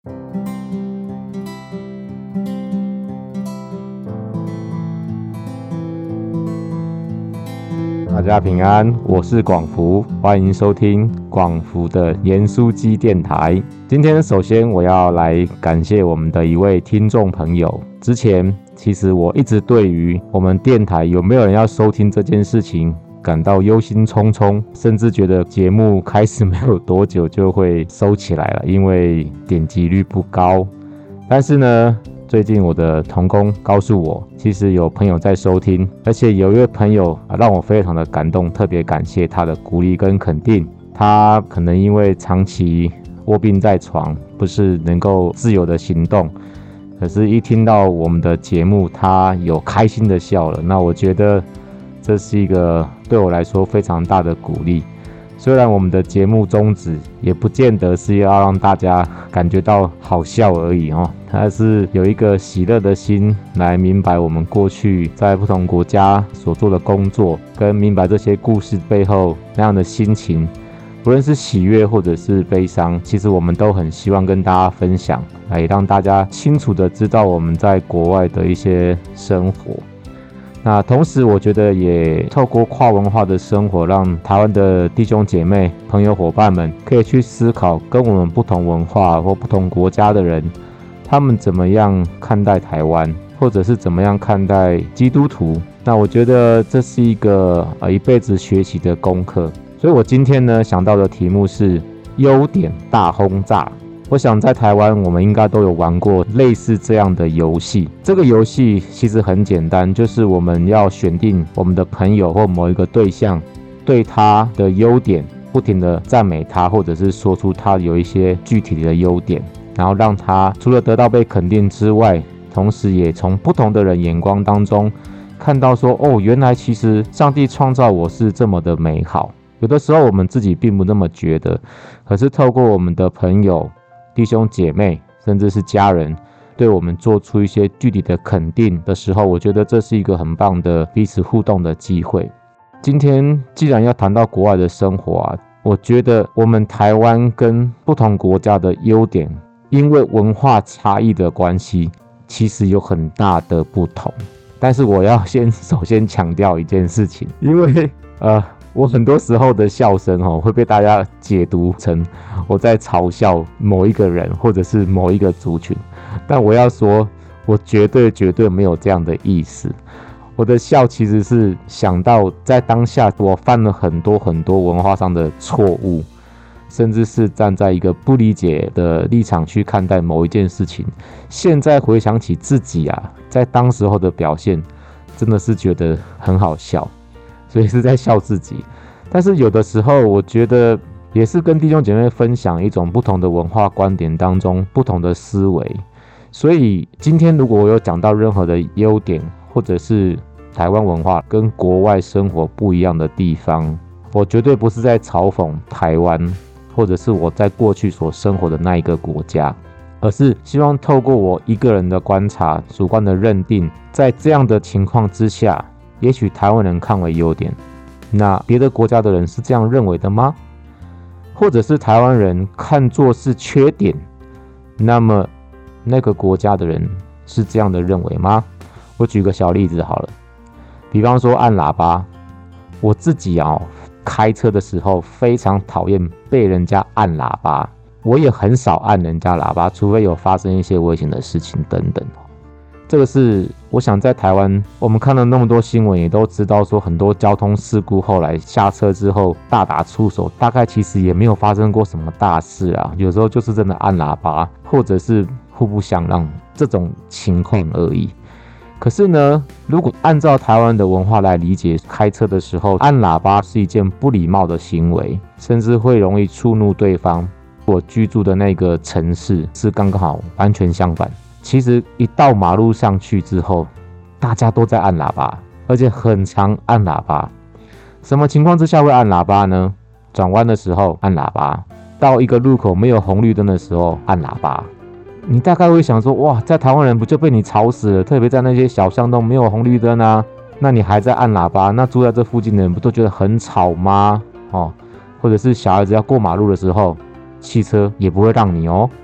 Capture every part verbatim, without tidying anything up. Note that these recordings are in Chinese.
大家平安，我是广福，欢迎收听广福的盐酥鸡电台。今天首先我要来感谢我们的一位听众朋友。之前其实我一直对于我们电台有没有人要收听这件事情感到忧心忡忡，甚至觉得节目开始没有多久就会收起来了，因为点击率不高。但是呢，最近我的同工告诉我，其实有朋友在收听，而且有一位朋友让我非常的感动，特别感谢他的鼓励跟肯定。他可能因为长期卧病在床，不是能够自由的行动，可是一听到我们的节目，他有开心的笑了。那我觉得这是一个对我来说非常大的鼓励。虽然我们的节目宗旨也不见得是要让大家感觉到好笑而已哦，它是有一个喜乐的心来明白我们过去在不同国家所做的工作，跟明白这些故事背后那样的心情，不论是喜悦或者是悲伤，其实我们都很希望跟大家分享，来让大家清楚的知道我们在国外的一些生活。那同时我觉得也透过跨文化的生活，让台湾的弟兄姐妹朋友伙伴们可以去思考跟我们不同文化或不同国家的人，他们怎么样看待台湾，或者是怎么样看待基督徒。那我觉得这是一个呃一辈子学习的功课。所以我今天呢想到的题目是优点大轰炸。我想在台湾我们应该都有玩过类似这样的游戏。这个游戏其实很简单，就是我们要选定我们的朋友或某一个对象，对他的优点不停的赞美他，或者是说出他有一些具体的优点，然后让他除了得到被肯定之外，同时也从不同的人眼光当中看到说，哦，原来其实上帝创造我是这么的美好。有的时候我们自己并不那么觉得，可是透过我们的朋友弟兄姐妹甚至是家人对我们做出一些具体的肯定的时候，我觉得这是一个很棒的彼此互动的机会。今天既然要谈到国外的生活啊，我觉得我们台湾跟不同国家的优点，因为文化差异的关系，其实有很大的不同。但是我要先首先强调一件事情，因为呃我很多时候的笑声哦，会被大家解读成我在嘲笑某一个人或者是某一个族群，但我要说，我绝对绝对没有这样的意思。我的笑其实是想到在当下我犯了很多很多文化上的错误，甚至是站在一个不理解的立场去看待某一件事情。现在回想起自己啊，在当时候的表现，真的是觉得很好笑。所以是在笑自己。但是有的时候我觉得也是跟弟兄姐妹分享一种不同的文化观点当中不同的思维。所以今天如果我有讲到任何的优点，或者是台湾文化跟国外生活不一样的地方，我绝对不是在嘲讽台湾，或者是我在过去所生活的那一个国家，而是希望透过我一个人的观察，主观的认定，在这样的情况之下，也许台湾人看为优点，那别的国家的人是这样认为的吗？或者是台湾人看作是缺点，那么那个国家的人是这样的认为吗？我举个小例子好了，比方说按喇叭，我自己啊开车的时候非常讨厌被人家按喇叭，我也很少按人家喇叭，除非有发生一些危险的事情等等。这个是我想在台湾我们看了那么多新闻，也都知道说很多交通事故后来下车之后大打出手，大概其实也没有发生过什么大事啊，有时候就是真的按喇叭或者是互不相让这种情况而已。可是呢，如果按照台湾的文化来理解，开车的时候按喇叭是一件不礼貌的行为，甚至会容易触怒对方。我居住的那个城市是刚刚好完全相反，其实一到马路上去之后，大家都在按喇叭，而且很常按喇叭。什么情况之下会按喇叭呢？转弯的时候按喇叭，到一个路口没有红绿灯的时候按喇叭。你大概会想说，哇，在台湾人不就被你吵死了？特别在那些小巷弄没有红绿灯啊，那你还在按喇叭，那住在这附近的人不都觉得很吵吗？哦，或者是小孩子要过马路的时候，汽车也不会让你哦。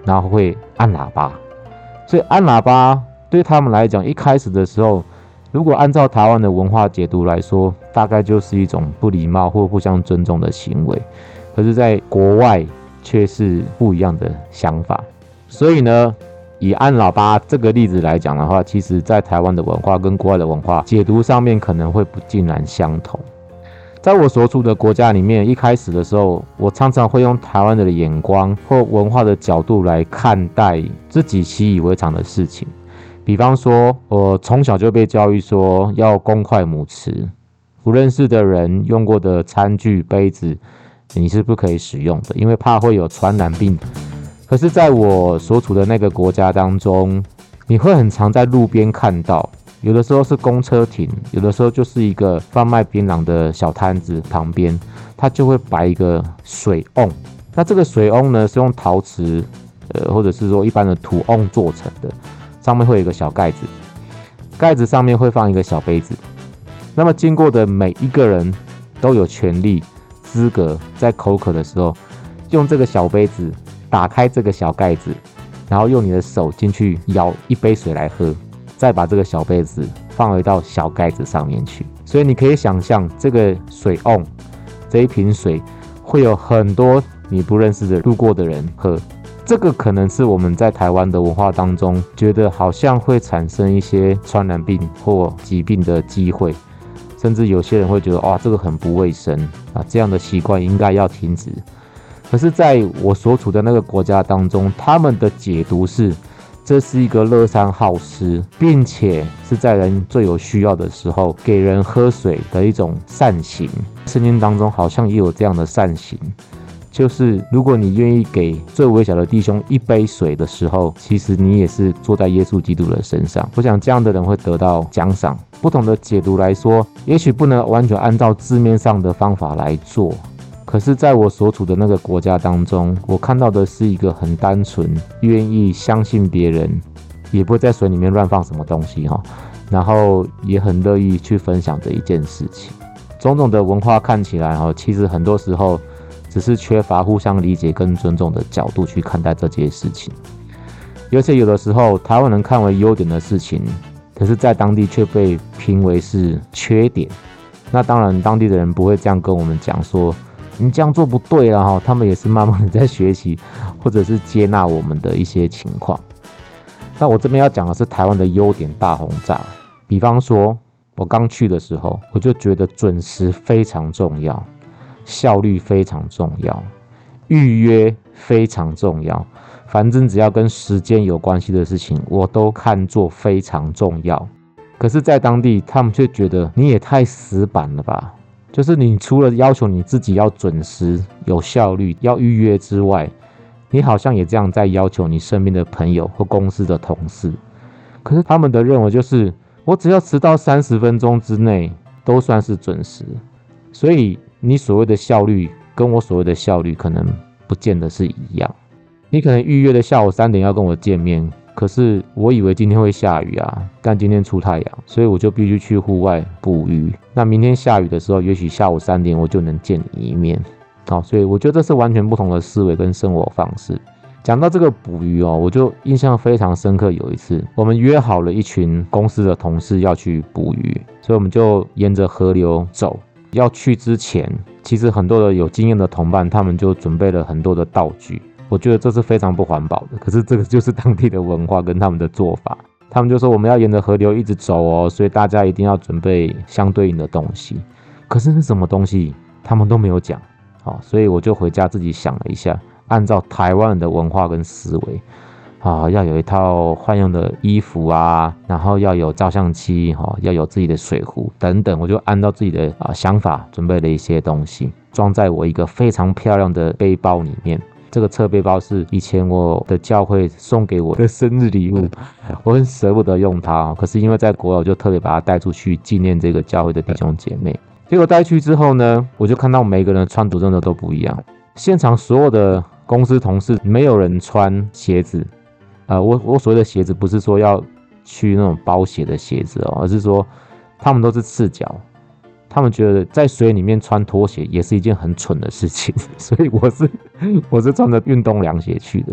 然后会按喇叭。所以按喇叭对他们来讲，一开始的时候，如果按照台湾的文化解读来说，大概就是一种不礼貌或互相尊重的行为。可是在国外却是不一样的想法。所以呢，以按喇叭这个例子来讲的话，其实在台湾的文化跟国外的文化解读上面可能会不尽然相同。在我所处的国家里面，一开始的时候，我常常会用台湾的眼光或文化的角度来看待自己习以为常的事情。比方说，我从小就被教育说要公筷母匙，不认识的人用过的餐具、杯子，你是不可以使用的，因为怕会有传染病。可是在我所处的那个国家当中，你会很常在路边看到，有的时候是公车亭，有的时候就是一个贩卖槟榔的小摊子旁边，它就会摆一个水瓮。那这个水瓮呢，是用陶瓷，呃，或者是说一般的土瓮做成的，上面会有一个小盖子，盖子上面会放一个小杯子。那么经过的每一个人都有权利、资格，在口渴的时候，用这个小杯子打开这个小盖子，然后用你的手进去舀一杯水来喝。再把这个小杯子放回到小盖子上面去，所以你可以想象，这个水瓮这一瓶水会有很多你不认识的路过的人喝。这个可能是我们在台湾的文化当中觉得好像会产生一些传染病或疾病的机会，甚至有些人会觉得哇，这个很不卫生啊，这样的习惯应该要停止。可是在我所处的那个国家当中，他们的解读是，这是一个乐善好施，并且是在人最有需要的时候给人喝水的一种善行。圣经当中好像也有这样的善行，就是如果你愿意给最微小的弟兄一杯水的时候，其实你也是坐在耶稣基督的身上。我想这样的人会得到奖赏。不同的解读来说，也许不能完全按照字面上的方法来做，可是在我所处的那个国家当中，我看到的是一个很单纯，愿意相信别人，也不会在水里面乱放什么东西，然后也很乐意去分享的一件事情。种种的文化看起来，其实很多时候只是缺乏互相理解跟尊重的角度去看待这件事情。而且有的时候台湾人看为优点的事情，可是在当地却被评为是缺点。那当然当地的人不会这样跟我们讲说你这样做不对啦，他们也是慢慢的在学习或者是接纳我们的一些情况。那我这边要讲的是台湾的优点大轰炸。比方说我刚去的时候，我就觉得准时非常重要，效率非常重要，预约非常重要，反正只要跟时间有关系的事情我都看作非常重要。可是在当地他们却觉得你也太死板了吧，就是你除了要求你自己要准时有效率要预约之外，你好像也这样在要求你身边的朋友或公司的同事。可是他们的认为就是我只要迟到三十分钟之内都算是准时，所以你所谓的效率跟我所谓的效率可能不见得是一样。你可能预约的下午三点要跟我见面，可是我以为今天会下雨啊，但今天出太阳，所以我就必须去户外捕鱼。那明天下雨的时候，也许下午三点我就能见你一面。好，所以我觉得这是完全不同的思维跟生活方式。讲到这个捕鱼哦，我就印象非常深刻。有一次我们约好了一群公司的同事要去捕鱼，所以我们就沿着河流走。要去之前，其实很多的有经验的同伴他们就准备了很多的道具，我觉得这是非常不环保的，可是这个就是当地的文化跟他们的做法。他们就说我们要沿着河流一直走哦，所以大家一定要准备相对应的东西。可是是什么东西他们都没有讲。好，所以我就回家自己想了一下，按照台湾人的文化跟思维啊，要有一套换用的衣服啊，然后要有照相机，啊，要有自己的水壶等等，我就按照自己的啊想法准备了一些东西，装在我一个非常漂亮的背包里面。这个侧背包是以前我的教会送给我的生日礼物，我很舍不得用它，可是因为在国外，我就特别把它带出去纪念这个教会的弟兄姐妹。结果带去之后呢，我就看到每个人的穿着真的都不一样。现场所有的公司同事没有人穿鞋子，呃，我我所谓的鞋子不是说要去那种包鞋的鞋子哦，而是说他们都是赤脚。他们觉得在水里面穿拖鞋也是一件很蠢的事情，所以我是我是穿着运动凉鞋去的。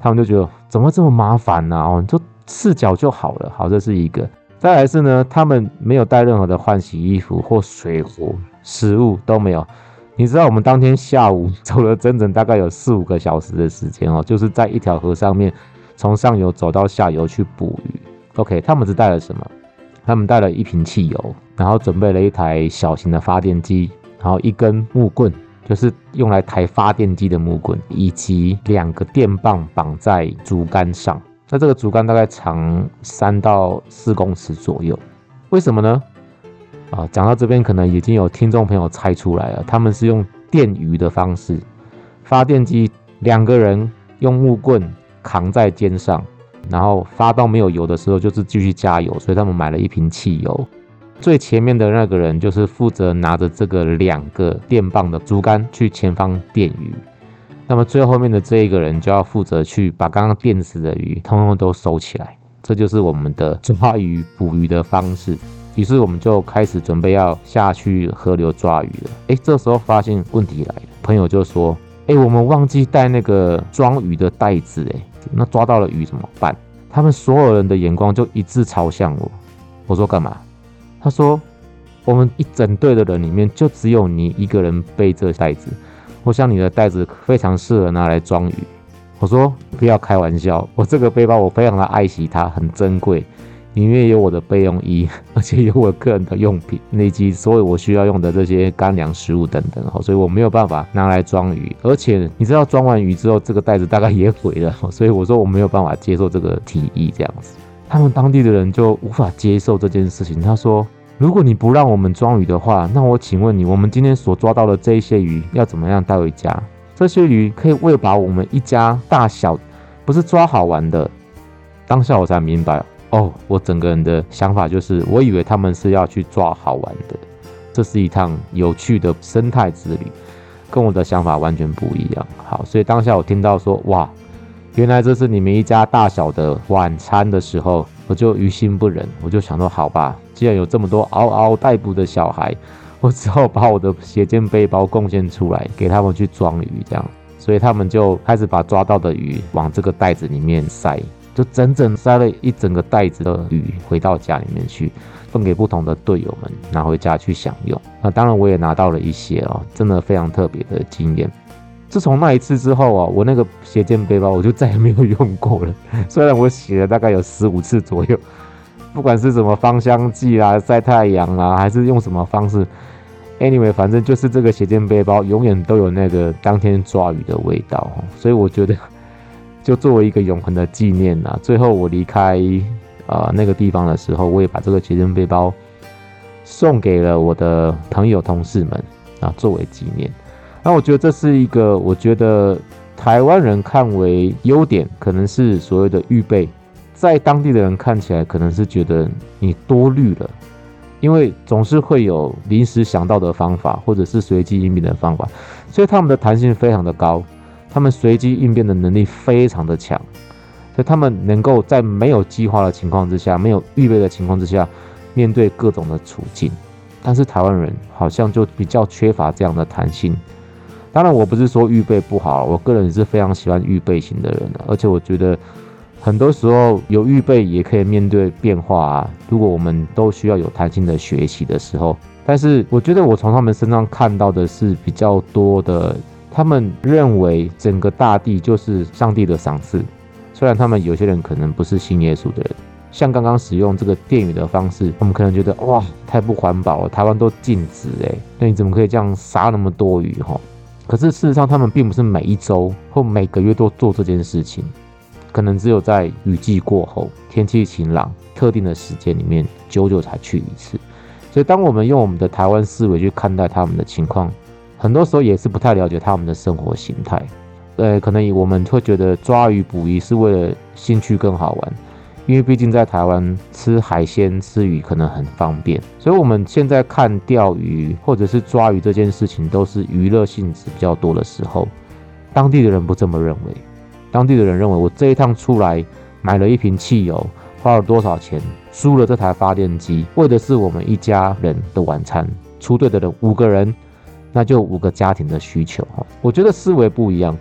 他们就觉得怎么这么麻烦呢、啊？哦，就赤脚就好了。好，这是一个。再来是呢，他们没有带任何的换洗衣服或水壶、食物都没有。你知道我们当天下午走了整整大概有四五个小时的时间哦，就是在一条河上面从上游走到下游去捕鱼。OK， 他们只带了什么？他们带了一瓶汽油，然后准备了一台小型的发电机，然后一根木棍，就是用来抬发电机的木棍，以及两个电棒绑在竹竿上。那这个竹竿大概长三到四公尺左右。为什么呢？啊，讲到这边可能已经有听众朋友猜出来了，他们是用电鱼的方式，发电机两个人用木棍扛在肩上。然后发到没有油的时候，就是继续加油，所以他们买了一瓶汽油。最前面的那个人就是负责拿着这个两个电棒的竹竿去前方电鱼，那么最后面的这一个人就要负责去把刚刚电死的鱼通通都收起来。这就是我们的抓鱼捕鱼的方式。于是我们就开始准备要下去河流抓鱼了。诶，这时候发现问题来了，朋友就说：诶，我们忘记带那个装鱼的袋子，诶，那抓到了鱼怎么办？他们所有人的眼光就一致朝向我。我说干嘛？他说我们一整队的人里面就只有你一个人背这袋子，我想你的袋子非常适合拿来装鱼。我说不要开玩笑，我这个背包我非常的爱惜它，很珍贵，里面有我的备用衣，而且有我个人的用品，以及所有我需要用的这些干粮食物等等，所以我没有办法拿来装鱼。而且你知道装完鱼之后这个袋子大概也毁了，所以我说我没有办法接受这个提议这样子。他们当地的人就无法接受这件事情，他说如果你不让我们装鱼的话，那我请问你，我们今天所抓到的这一些鱼要怎么样带回家？这些鱼可以喂饱我们一家大小，不是抓好玩的。当下我才明白哦，我整个人的想法就是，我以为他们是要去抓好玩的，这是一趟有趣的生态之旅，跟我的想法完全不一样。好，所以当下我听到说，哇，原来这是你们一家大小的晚餐的时候，我就于心不忍，我就想说，好吧，既然有这么多嗷嗷待哺的小孩，我只好把我的斜肩背包贡献出来，给他们去装鱼，这样，所以他们就开始把抓到的鱼往这个袋子里面塞。就整整塞了一整个袋子的鱼回到家里面去，分给不同的队友们拿回家去享用。那当然我也拿到了一些哦，真的非常特别的经验。自从那一次之后啊，我那个斜肩背包我就再也没有用过了。虽然我洗了大概有十五次左右，不管是什么芳香剂啦、晒太阳啦，还是用什么方式 ，anyway， 反正就是这个斜肩背包永远都有那个当天抓鱼的味道。所以我觉得，就作为一个永恒的纪念啊，最后我离开呃那个地方的时候，我也把这个斜肩背包送给了我的朋友同事们啊，作为纪念。那我觉得这是一个，我觉得台湾人看为优点，可能是所谓的预备，在当地的人看起来可能是觉得你多虑了，因为总是会有临时想到的方法，或者是随机应变的方法，所以他们的弹性非常的高。他们随机应变的能力非常的强，所以他们能够在没有计划的情况之下，没有预备的情况之下，面对各种的处境。但是台湾人好像就比较缺乏这样的弹性。当然我不是说预备不好，我个人是非常喜欢预备型的人，而且我觉得很多时候有预备也可以面对变化啊。如果我们都需要有弹性的学习的时候，但是我觉得我从他们身上看到的是比较多的，他们认为整个大地就是上帝的赏赐，虽然他们有些人可能不是信耶稣的人，像刚刚使用这个电鱼的方式，我们可能觉得哇，太不环保了，台湾都禁止哎，那你怎么可以这样杀那么多鱼哈？可是事实上，他们并不是每一周或每个月都做这件事情，可能只有在雨季过后、天气晴朗、特定的时间里面，久久才去一次。所以，当我们用我们的台湾思维去看待他们的情况，很多时候也是不太了解他们的生活形态。呃，可能我们会觉得抓鱼捕鱼是为了兴趣更好玩，因为毕竟在台湾吃海鲜吃鱼可能很方便，所以我们现在看钓鱼或者是抓鱼这件事情都是娱乐性质比较多的时候，当地的人不这么认为。当地的人认为，我这一趟出来买了一瓶汽油，花了多少钱，租了这台发电机，为的是我们一家人的晚餐。出队的人五个人，那就五个家庭的需求。我觉得思维不一样，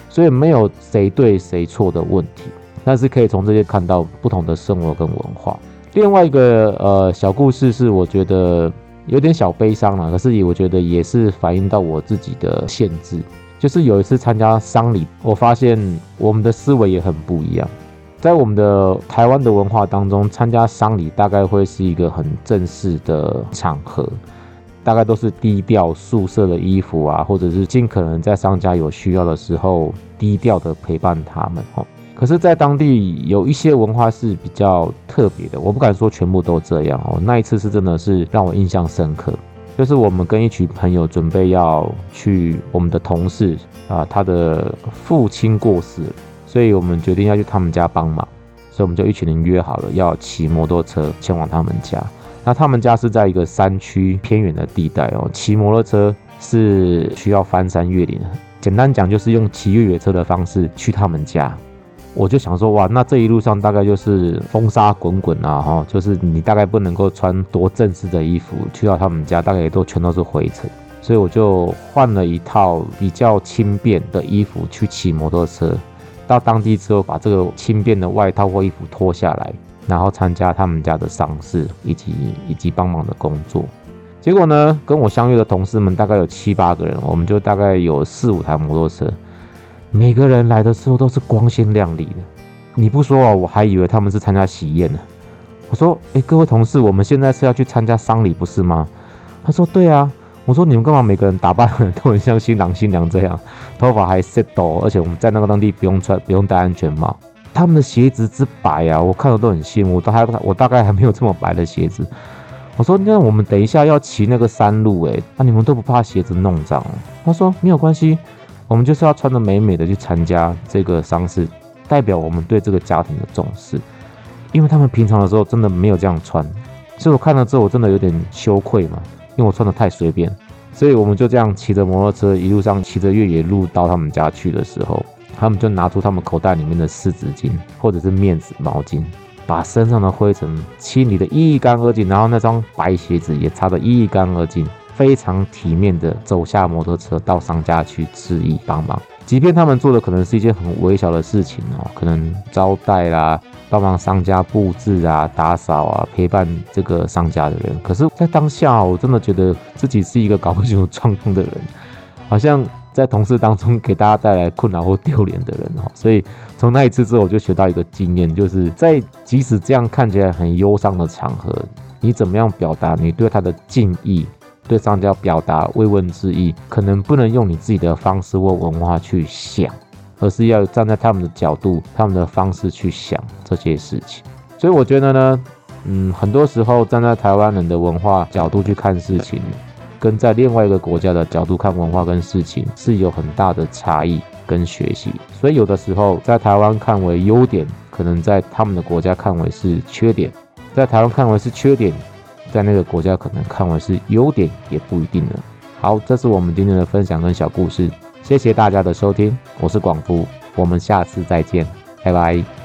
所以没有谁对谁错的问题，但是可以从这些看到不同的生活跟文化。另外一个呃小故事是我觉得有点小悲伤啦，可是也我觉得也是反映到我自己的限制。就是有一次参加丧礼，我发现我们的思维也很不一样。在我们的台湾的文化当中，参加丧礼大概会是一个很正式的场合，大概都是低调素色的衣服啊，或者是尽可能在商家有需要的时候低调的陪伴他们。可是在当地有一些文化是比较特别的，我不敢说全部都这样哦。那一次是真的是让我印象深刻，就是我们跟一群朋友准备要去我们的同事啊，他的父亲过世了，所以我们决定要去他们家帮忙，所以我们就一群人约好了要骑摩托车前往他们家。那他们家是在一个山区偏远的地带哦，骑摩托车是需要翻山越岭的，简单讲就是用骑越野车的方式去他们家。我就想说，哇，那这一路上大概就是风沙滚滚啊，哈，就是你大概不能够穿多正式的衣服，去到他们家大概也都全都是灰尘，所以我就换了一套比较轻便的衣服去骑摩托车。到当地之后，把这个轻便的外套或衣服脱下来，然后参加他们家的丧事以及以及帮忙的工作。结果呢，跟我相约的同事们大概有七八个人，我们就大概有四五台摩托车。每个人来的时候都是光鲜亮丽的，你不说啊，我还以为他们是参加喜宴呢。我说，哎，各位同事，我们现在是要去参加丧礼不是吗？他说，对啊。我说，你们干嘛每个人打扮都很像新郎新娘这样，头发还 set 抖，而且我们在那个当地不用穿不用戴安全帽。他们的鞋子之白啊，我看了都很羡慕，我, 还我大概还没有这么白的鞋子。我说，那我们等一下要骑那个山路，哎，那你们都不怕鞋子弄脏？他说，没有关系。我们就是要穿得美美的去参加这个丧事，代表我们对这个家庭的重视。因为他们平常的时候真的没有这样穿，所以我看了之后我真的有点羞愧嘛，因为我穿得太随便。所以我们就这样骑着摩托车一路上骑着越野路到他们家去的时候，他们就拿出他们口袋里面的湿纸巾或者是面纸毛巾，把身上的灰尘清理得一干二净，然后那双白鞋子也擦得一干二净，非常体面的走下摩托车到商家去致意帮忙。即便他们做的可能是一件很微小的事情哦，可能招待啦、帮忙商家布置啊、打扫啊、陪伴这个商家的人，可是在当下我真的觉得自己是一个搞不清楚状况的人，好像在同事当中给大家带来困扰或丢脸的人哦。所以从那一次之后，我就学到一个经验，就是在即使这样看起来很忧伤的场合，你怎么样表达你对他的敬意，对商家表达慰问之意，可能不能用你自己的方式或文化去想，而是要站在他们的角度、他们的方式去想这些事情。所以我觉得呢，嗯，很多时候站在台湾人的文化角度去看事情，跟在另外一个国家的角度看文化跟事情是有很大的差异跟学习。所以有的时候在台湾看为优点，可能在他们的国家看为是缺点；在台湾看为是缺点，在那个国家可能看为是优点，也不一定了。好，这是我们今天的分享跟小故事，谢谢大家的收听，我是广福，我们下次再见，拜拜。